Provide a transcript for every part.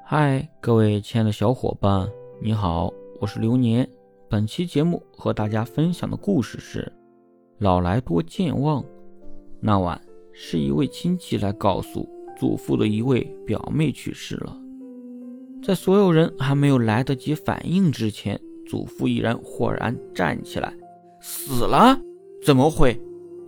嗨，各位亲爱的小伙伴，你好，我是流年。本期节目和大家分享的故事是老来多健忘。那晚是一位亲戚来告诉祖父的一位表妹去世了。在所有人还没有来得及反应之前，祖父已然豁然站起来。死了？怎么会？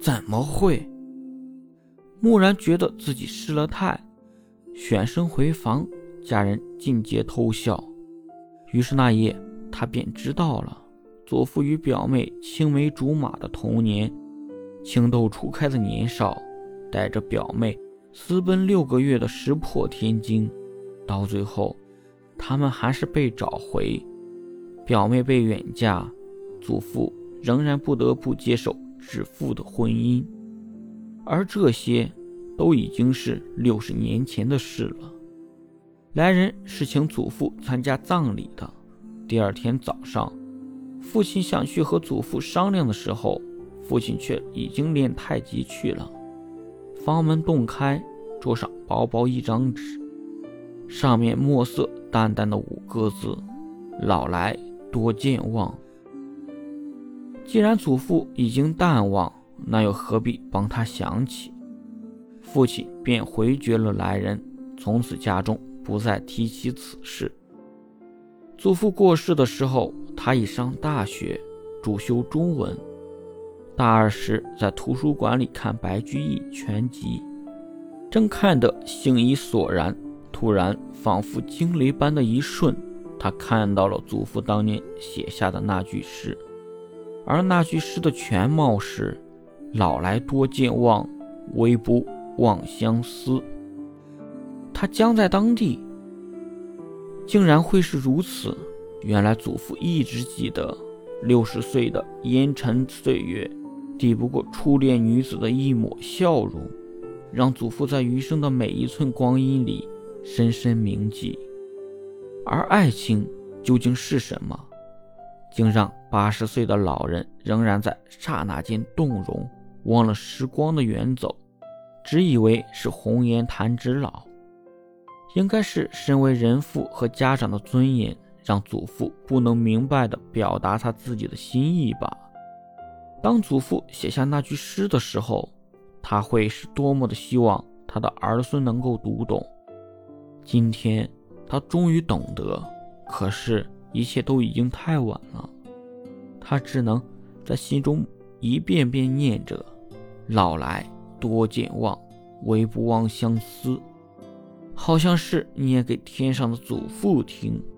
蓦然觉得自己失了态，旋身回房，家人尽皆偷笑。于是那夜他便知道了祖父与表妹青梅竹马的童年，情窦初开的年少，带着表妹私奔6个月的石破天惊，到最后他们还是被找回，表妹被远嫁，祖父仍然不得不接受指腹的婚姻，而这些都已经是60年前的事了。来人是请祖父参加葬礼的。第二天早上，父亲想去和祖父商量的时候，父亲却已经练太极去了。房门洞开，桌上薄薄一张纸，上面墨色淡淡的5个字：老来多健忘。既然祖父已经淡忘，那又何必帮他想起？父亲便回绝了来人，从此家中不再提起此事。祖父过世的时候，他已上大学，主修中文。大2时在图书馆里看白居易全集，正看得兴已索然，突然仿佛惊雷般的一瞬，他看到了祖父当年写下的那句诗，而那句诗的全貌是老来多健忘，唯不忘相思。他僵在当地，竟然会是如此。原来祖父一直记得60岁的烟尘岁月抵不过初恋女子的一抹笑容，让祖父在余生的每一寸光阴里深深铭记。而爱情究竟是什么？竟让80岁的老人仍然在刹那间动容，忘了时光的远走，只以为是红颜弹指老。应该是身为人父和家长的尊严，让祖父不能明白地表达他自己的心意吧。当祖父写下那句诗的时候，他会是多么的希望他的儿孙能够读懂。今天他终于懂得，可是一切都已经太晚了。他只能在心中一遍遍念着老来多健忘，唯不忘相思，好像是念给天上的祖父听。